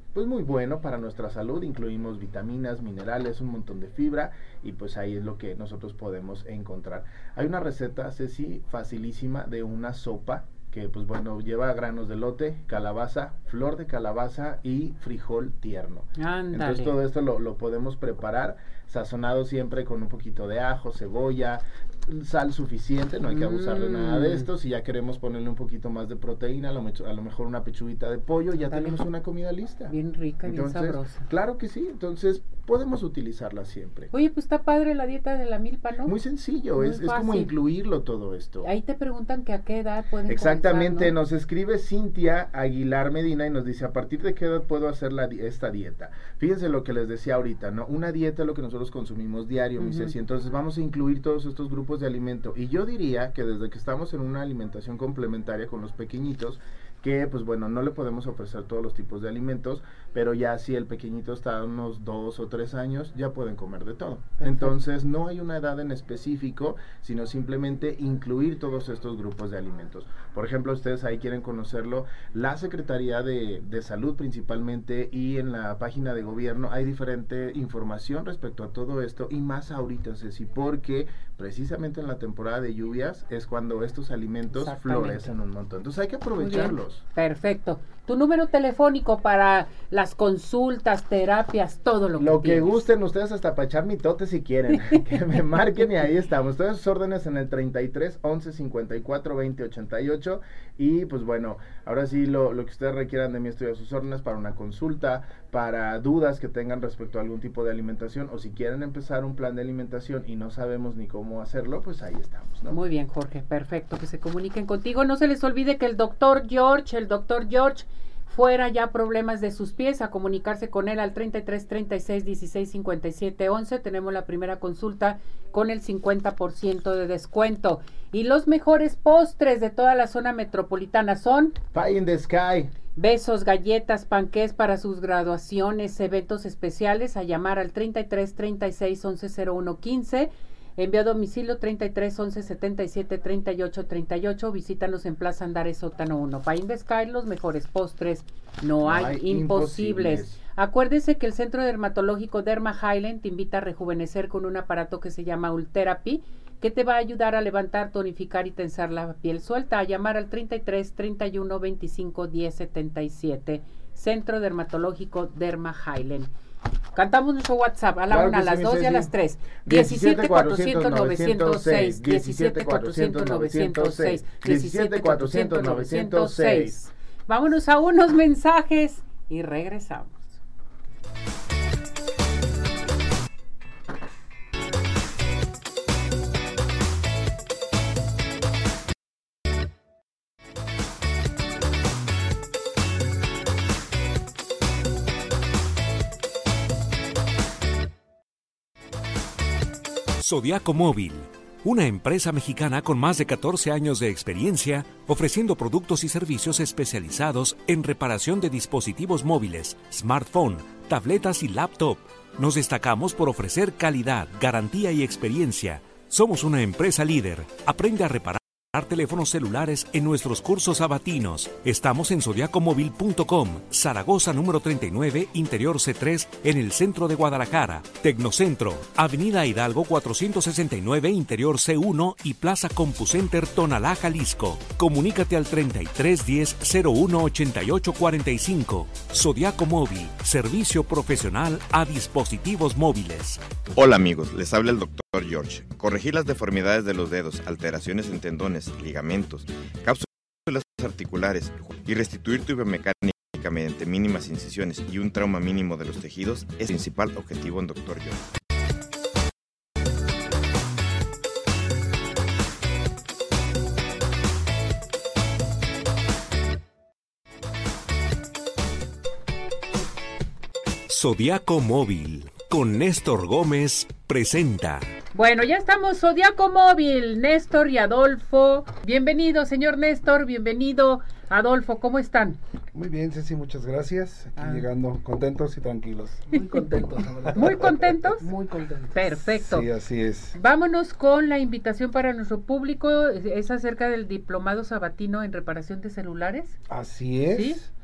pues muy bueno para nuestra salud. Incluimos vitaminas, minerales, un montón de fibra, y pues ahí es lo que nosotros podemos encontrar. Hay una receta, Ceci, facilísima de una sopa que pues bueno, lleva granos de elote, calabaza, flor de calabaza y frijol tierno. Ándale. Entonces todo esto lo, lo podemos preparar, sazonado siempre con un poquito de ajo, cebolla, sal suficiente, no hay que abusar de nada de esto. Si ya queremos ponerle un poquito más de proteína, a lo, a lo mejor una pechuguita de pollo, ya Dale. tenemos una comida lista. Bien rica, entonces, bien sabrosa. Claro que sí, entonces podemos utilizarla siempre. Oye, pues está padre la dieta de la milpa, ¿no? Muy sencillo, Muy es, es como incluirlo todo esto. Ahí te preguntan que a qué edad pueden Exactamente, comenzar, ¿no? Nos escribe Cintia Aguilar Medina y nos dice, ¿a partir de qué edad puedo hacer la, esta dieta? Fíjense lo que les decía ahorita, ¿no? Una dieta es lo que nosotros consumimos diario, uh-huh. mis Ceci, entonces vamos a incluir todos estos grupos de alimento, y yo diría que desde que estamos en una alimentación complementaria con los pequeñitos, que pues bueno, no le podemos ofrecer todos los tipos de alimentos, pero ya si el pequeñito está a unos dos o tres años, ya pueden comer de todo. Perfecto. Entonces no hay una edad en específico, sino simplemente incluir todos estos grupos de alimentos. Por ejemplo, ustedes ahí quieren conocerlo, la Secretaría de, de Salud principalmente, y en la página de gobierno hay diferente información respecto a todo esto, y más ahorita, Ceci, porque precisamente en la temporada de lluvias es cuando estos alimentos florecen un montón. Entonces hay que aprovecharlos. Perfecto. Tu número telefónico para las consultas, terapias, todo lo que Lo que tienes. gusten ustedes, hasta para echar mitote si quieren. Que me marquen y ahí estamos. Todas sus órdenes en el treinta y tres, once, cincuenta y cuatro, veinte, ochenta y ocho. Y pues bueno, ahora sí lo, lo que ustedes requieran de mí, estoy a sus órdenes para una consulta, para dudas que tengan respecto a algún tipo de alimentación, o si quieren empezar un plan de alimentación y no sabemos ni cómo hacerlo, pues ahí estamos, ¿no? Muy bien, Jorge, perfecto, que se comuniquen contigo. No se les olvide que el doctor George, el doctor George, fuera ya problemas de sus pies, a comunicarse con él al treinta y tres, treinta y seis, dieciséis, cincuenta y siete, once. Tenemos la primera consulta con el cincuenta por ciento de descuento. Y los mejores postres de toda la zona metropolitana son Pie in the Sky. Besos, galletas, panqués para sus graduaciones, eventos especiales, a llamar al treinta y tres, treinta y seis, once, cero uno, quince. Envío a domicilio treinta y tres, once, setenta y siete, treinta y ocho, treinta y ocho. Visítanos en Plaza Andares, Sótano uno. Pie in the Sky, los mejores postres, no, no hay, hay imposibles. imposibles. Acuérdese que el Centro Dermatológico Derma Highland te invita a rejuvenecer con un aparato que se llama Ultherapy, que te va a ayudar a levantar, tonificar y tensar la piel suelta. A llamar al treinta y tres, treinta y uno, veinticinco, diez, setenta y siete. Centro Dermatológico Derma Highland. Cantamos nuestro WhatsApp a la claro una, a las sí, dos sí, y a sí. las tres. diecisiete, cuatrocientos, novecientos seis. diecisiete, cuatrocientos, novecientos seis. diecisiete, cuatrocientos, novecientos seis. Vámonos a unos mensajes y regresamos. Zodiaco Móvil, una empresa mexicana con más de catorce años de experiencia ofreciendo productos y servicios especializados en reparación de dispositivos móviles, smartphone, tabletas y laptop. Nos destacamos por ofrecer calidad, garantía y experiencia. Somos una empresa líder. Aprende a reparar teléfonos celulares en nuestros cursos sabatinos. Estamos en zodiaco móvil punto com, Zaragoza número treinta y nueve, Interior C tres, en el centro de Guadalajara. Tecnocentro, Avenida Hidalgo cuatrocientos sesenta y nueve, Interior C uno y Plaza CompuCenter Tonalá, Jalisco. Comunícate al treinta y tres, diez, cero uno, ochenta y ocho, cuarenta y cinco. Zodiaco Móvil, servicio profesional a dispositivos móviles. Hola amigos, les habla el doctor George. Corregir las deformidades de los dedos, alteraciones en tendones, ligamentos, cápsulas articulares y restituir tu biomecánica mediante mínimas incisiones y un trauma mínimo de los tejidos es el principal objetivo en doctor George. Zodiaco Móvil, con Néstor Gómez, presenta. Bueno, ya estamos, Zodiaco Móvil, Néstor y Adolfo. Bienvenido, señor Néstor, bienvenido, Adolfo, ¿cómo están? Muy bien, Ceci, muchas gracias. Aquí Ah. llegando contentos y tranquilos. Muy contentos, la verdad. ¿Muy contentos? Muy contentos. Perfecto. Sí, así es. Vámonos con la invitación para nuestro público. Es acerca del diplomado sabatino en reparación de celulares. Así es. ¿Sí?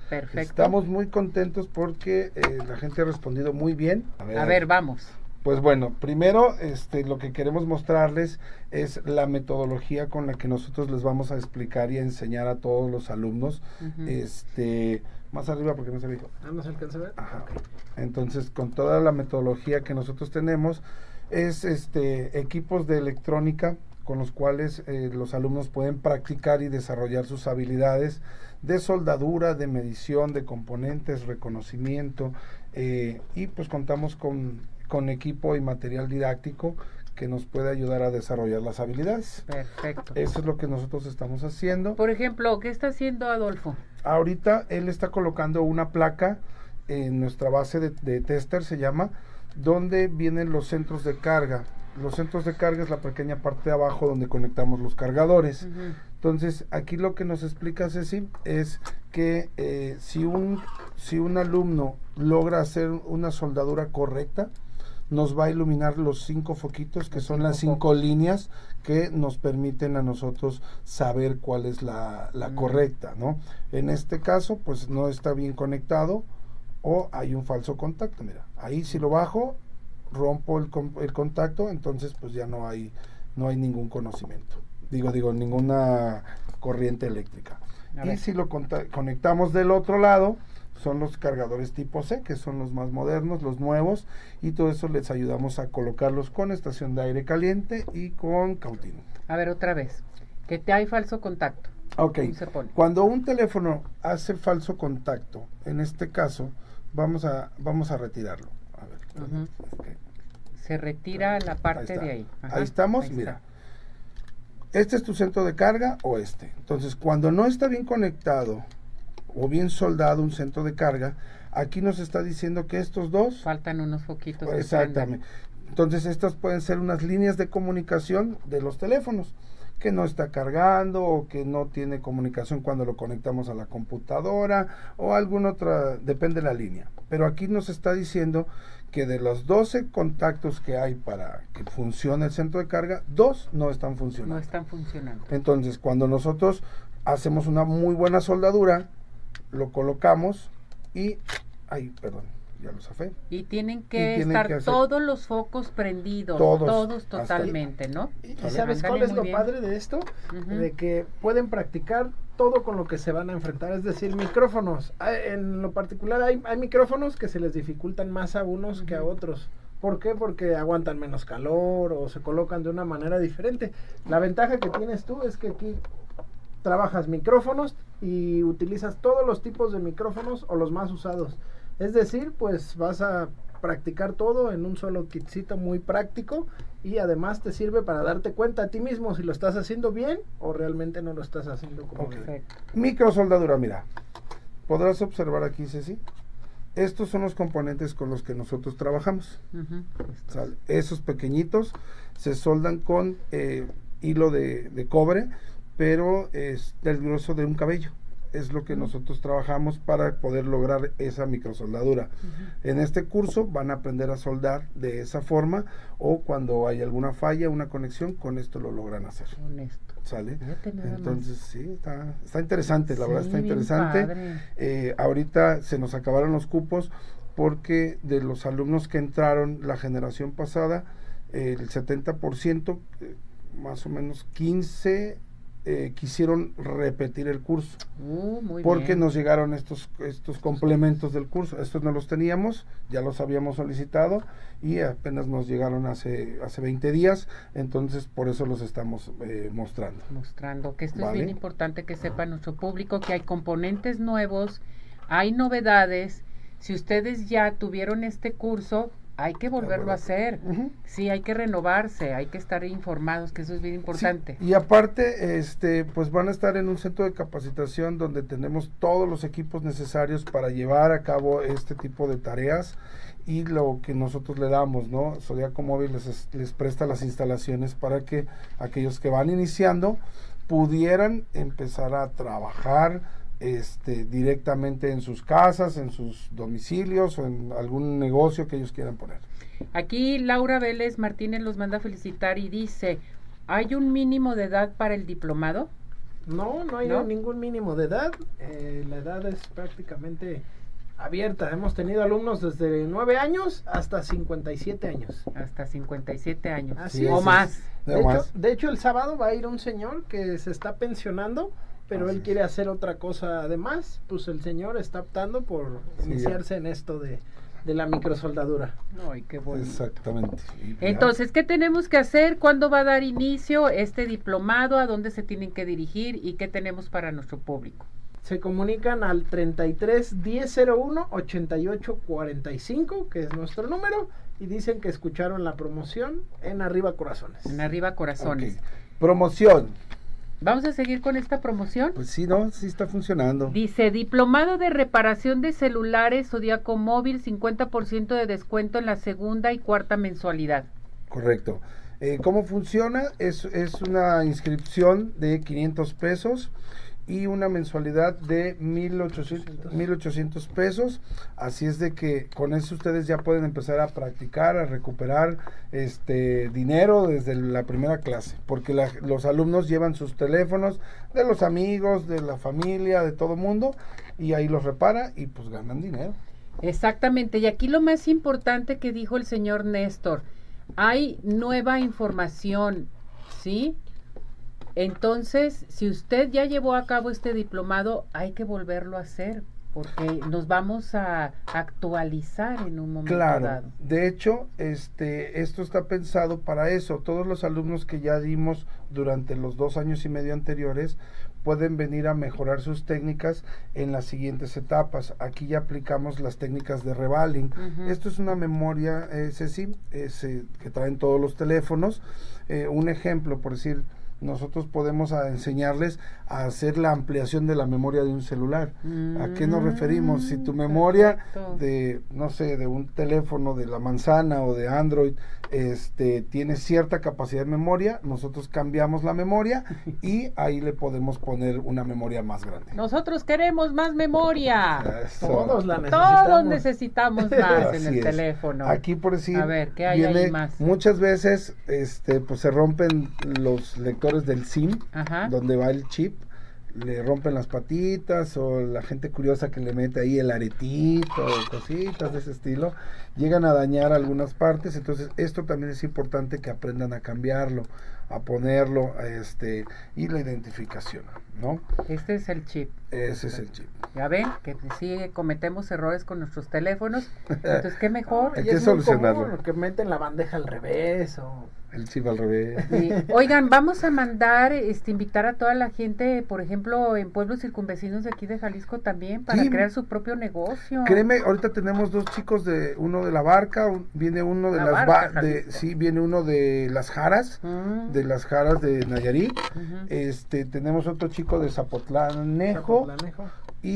Perfecto. Estamos muy contentos porque eh, la gente ha respondido muy bien. A ver, a ver vamos. Pues bueno, primero este, lo que queremos mostrarles es la metodología con la que nosotros les vamos a explicar y a enseñar a todos los alumnos. Uh-huh. Este, más arriba porque no se dijo. Ah, ¿no se alcanza a ver? Ajá. Okay. Entonces, con toda la metodología que nosotros tenemos, es este equipos de electrónica con los cuales eh, los alumnos pueden practicar y desarrollar sus habilidades de soldadura, de medición, de componentes, reconocimiento, eh, y pues contamos con con equipo y material didáctico que nos puede ayudar a desarrollar las habilidades. Perfecto. Eso es lo que nosotros estamos haciendo. Por ejemplo, ¿qué está haciendo Adolfo? Ahorita él está colocando una placa en nuestra base de, de tester, se llama, donde vienen los centros de carga. Los centros de carga es la pequeña parte de abajo donde conectamos los cargadores. Uh-huh. Entonces, aquí lo que nos explica Ceci es que eh, si un, si un alumno logra hacer una soldadura correcta, nos va a iluminar los cinco foquitos, que son las cinco líneas que nos permiten a nosotros saber cuál es la, la mm. correcta, ¿no? En este caso, pues no está bien conectado o hay un falso contacto, mira, ahí si lo bajo, rompo el, el contacto, entonces pues ya no hay, no hay ningún conocimiento, digo, digo, ninguna corriente eléctrica. Y si lo conectamos del otro lado, son los cargadores tipo C, que son los más modernos, los nuevos, y todo eso les ayudamos a colocarlos con estación de aire caliente y con cautín. A ver, otra vez, que te hay falso contacto. Ok, cuando un teléfono hace falso contacto, en este caso, vamos a, vamos a retirarlo. A ver, uh-huh. okay. Se retira la parte ahí de ahí. Ajá. Ahí estamos, ahí mira. Está. Este es tu centro de carga o este. Entonces, cuando no está bien conectado o bien soldado un centro de carga, aquí nos está diciendo que estos dos faltan unos foquitos. Exactamente. Entonces estas pueden ser unas líneas de comunicación de los teléfonos, que no está cargando o que no tiene comunicación cuando lo conectamos a la computadora o alguna otra, depende de la línea. Pero aquí nos está diciendo que de los doce contactos que hay para que funcione el centro de carga, dos no están funcionando. No están funcionando. Entonces, cuando nosotros hacemos una muy buena soldadura, lo colocamos y, ay, perdón, ya lo zafé. Y tienen que y tienen estar que todos los focos prendidos, todos, todos totalmente, ¿no? Y, y ¿sabes cuál es lo bien. padre de esto? Uh-huh. De que pueden practicar todo con lo que se van a enfrentar, es decir, micrófonos. En lo particular hay, hay micrófonos que se les dificultan más a unos uh-huh. que a otros. ¿Por qué? Porque aguantan menos calor o se colocan de una manera diferente. La ventaja que tienes tú es que aquí trabajas micrófonos y utilizas todos los tipos de micrófonos o los más usados. Es decir, pues vas a practicar todo en un solo kitcito muy práctico y además te sirve para darte cuenta a ti mismo si lo estás haciendo bien o realmente no lo estás haciendo como okay. debe. Microsoldadura, mira. Podrás observar aquí, Ceci. Estos son los componentes con los que nosotros trabajamos. Uh-huh. ¿Sale? Esos pequeñitos se soldan con eh, hilo de, de cobre, pero es del grueso de un cabello. Es lo que uh-huh. nosotros trabajamos para poder lograr esa microsoldadura. Uh-huh. En este curso van a aprender a soldar de esa forma, o cuando hay alguna falla, una conexión, con esto lo logran hacer. Con esto. ¿Sale? Entonces, más. sí, está, está interesante, la sí, verdad está interesante. Eh, ahorita se nos acabaron los cupos porque de los alumnos que entraron la generación pasada, eh, el setenta por ciento, eh, más o menos quince Eh, quisieron repetir el curso uh, muy porque bien. Nos llegaron estos estos complementos del curso. Estos no los teníamos, ya los habíamos solicitado y apenas nos llegaron hace hace veinte días, entonces por eso los estamos eh, mostrando mostrando que esto ¿vale? Es bien importante que sepa nuestro público que hay componentes nuevos, hay novedades. Si ustedes ya tuvieron este curso, hay que volverlo a hacer. Uh-huh. Sí, hay que renovarse, hay que estar informados, que eso es bien importante. Sí, y aparte, este, pues van a estar en un centro de capacitación donde tenemos todos los equipos necesarios para llevar a cabo este tipo de tareas y lo que nosotros le damos, ¿no? Zodiaco Móvil les, les presta las instalaciones para que aquellos que van iniciando pudieran empezar a trabajar Este, directamente en sus casas, en sus domicilios o en algún negocio que ellos quieran poner. Aquí Laura Vélez Martínez los manda a felicitar y dice, ¿hay un mínimo de edad para el diplomado? No, no hay ¿No? ningún mínimo de edad. Eh, la edad es prácticamente abierta. Hemos tenido alumnos desde nueve años hasta cincuenta y siete años. Hasta cincuenta y siete años. Así Sí, es. O sí, más. sí. De No hecho, más. de hecho, el sábado va a ir un señor que se está pensionando, pero Así él es. quiere hacer otra cosa además. Pues el señor está optando por Sí, iniciarse en esto de, de la microsoldadura. Ay, qué bueno. Exactamente. Y ya. Entonces, ¿qué tenemos que hacer? ¿Cuándo va a dar inicio este diplomado? ¿A dónde se tienen que dirigir? ¿Y qué tenemos para nuestro público? Se comunican al treinta y tres diez cero uno ochenta y ocho cuarenta y cinco, que es nuestro número, y dicen que escucharon la promoción en Arriba Corazones. En Arriba Corazones. Ok. Promoción. ¿Vamos a seguir con esta promoción? Pues sí, ¿no? Sí está funcionando. Dice, diplomado de reparación de celulares Zodiaco Móvil, cincuenta por ciento de descuento en la segunda y cuarta mensualidad. Correcto. Eh, ¿Cómo funciona? Es, es una inscripción de quinientos pesos y una mensualidad de mil ochocientos pesos. Así es de que con eso ustedes ya pueden empezar a practicar, a recuperar este dinero desde la primera clase, porque la, los alumnos llevan sus teléfonos de los amigos, de la familia, de todo mundo, y ahí los repara y pues ganan dinero. Exactamente, y aquí lo más importante que dijo el señor Néstor, hay nueva información, ¿sí? Entonces, si usted ya llevó a cabo este diplomado, hay que volverlo a hacer, porque nos vamos a actualizar en un momento Claro, dado. de hecho, este, esto está pensado para eso. Todos los alumnos que ya dimos durante los dos años y medio anteriores pueden venir a mejorar sus técnicas en las siguientes etapas. Aquí ya aplicamos las técnicas de revaling. Ujú. Esto es una memoria, eh, Ceci, es, eh, que traen todos los teléfonos. Eh, un ejemplo, por decir, nosotros podemos a enseñarles a hacer la ampliación de la memoria de un celular. ¿A qué nos referimos? Si tu memoria perfecto. de, no sé, de un teléfono de la manzana o de Android, este, tiene cierta capacidad de memoria, nosotros cambiamos la memoria y ahí le podemos poner una memoria más grande. Nosotros queremos más memoria. Eso. Todos la necesitamos. Todos necesitamos más en Así el es. teléfono. Aquí por decir, A ver, ¿qué hay viene, ahí más? muchas veces este, pues se rompen los lectores del SIM, Ajá. donde va el chip, le rompen las patitas, o la gente curiosa que le mete ahí el aretito, o cositas de ese estilo, llegan a dañar algunas partes. Entonces esto también es importante que aprendan a cambiarlo, a ponerlo, este, y la identificación, ¿no? Este es el chip. Ese es el chip. Ya ven que sí cometemos errores con nuestros teléfonos. Entonces, ¿qué mejor? Hay Y que es muy solucionarlo. común que meten la bandeja al revés o... El chip al revés. Sí. Oigan, vamos a mandar, este, invitar a toda la gente, por ejemplo, en pueblos circunvecinos de aquí de Jalisco también, para Sí. crear su propio negocio. Créeme, ahorita tenemos dos chicos, de uno de la Barca, un- viene uno de La las Barca, ba- de, Jalisco. sí, viene uno de las Jaras, Mm. de las Jaras de Nayarit. Ujú. Este, tenemos otro chico de Zapotlanejo Zapotlanejo.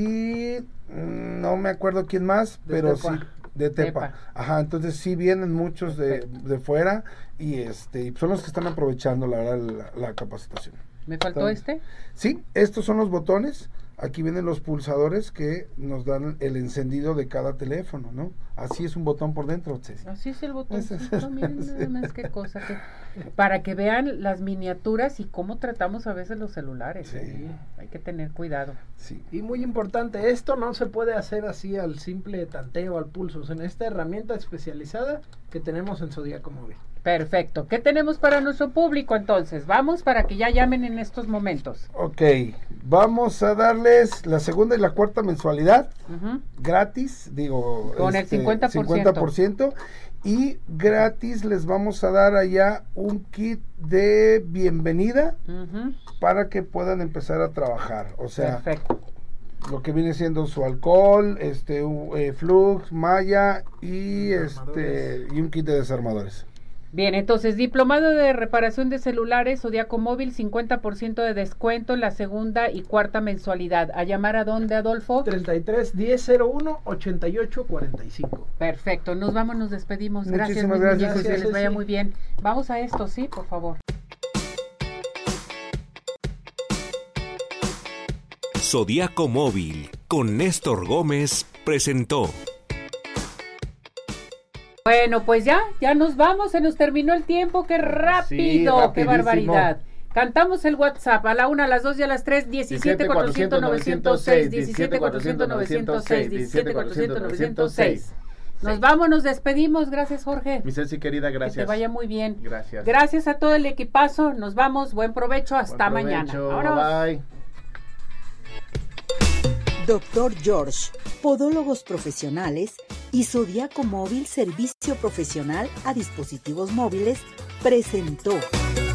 y mm, no me acuerdo quién más, De pero Tepa. sí de Tepa. Tepa. Ajá, entonces sí vienen muchos de, de fuera y este y son los que están aprovechando la verdad la, la capacitación. ¿Me faltó este? Sí, estos son los botones. Aquí vienen los pulsadores que nos dan el encendido de cada teléfono, ¿no? Así es un botón por dentro, Ceci. Así es el Ese es botoncito, el- miren nada más qué cosa. Que, para que vean las miniaturas y cómo tratamos a veces los celulares. Sí. ¿eh? Hay que tener cuidado. Sí. Y muy importante, esto no se puede hacer así al simple tanteo, al pulso, en esta herramienta especializada que tenemos en Zodiaco Móvil. Perfecto. ¿Qué tenemos para nuestro público entonces? Vamos para que ya llamen en estos momentos. Ok, vamos a darles la segunda y la cuarta mensualidad Ujú. gratis, digo, Con el cincuenta por ciento. cincuenta por ciento, y gratis les vamos a dar allá un kit de bienvenida Ujú. para que puedan empezar a trabajar. O sea, Perfecto. lo que viene siendo su alcohol, este, u- eh, flux, malla y este y un kit de desarmadores. Bien, entonces, diplomado de reparación de celulares, Zodiaco Móvil, cincuenta por ciento de descuento en la segunda y cuarta mensualidad. ¿A llamar a dónde, Adolfo? treinta y tres diez cero uno ochenta y ocho cuarenta y cinco. Perfecto, nos vamos, nos despedimos. Gracias, Muchísimas mis gracias, niños, que Ceci. les vaya muy bien. Vamos a esto, sí, por favor. Zodiaco Móvil con Néstor Gómez presentó. Bueno, pues ya, ya nos vamos, se nos terminó el tiempo, qué rápido, qué rapidísimo. barbaridad. Cantamos el WhatsApp a la una, a las dos y a las tres, diecisiete cuatrocientos novecientos seis, diecisiete cuatrocientos novecientos seis, diecisiete cuatrocientos novecientos seis. Nos vamos, nos despedimos. Gracias, Jorge. Mi Ceci querida, gracias. Que te vaya muy bien. Gracias. Gracias a todo el equipazo. Nos vamos. Buen provecho. Hasta Buen provecho. mañana. Vámonos. Bye. Doctor George, Podólogos Profesionales y Zodiaco Móvil Servicio Profesional a Dispositivos Móviles presentó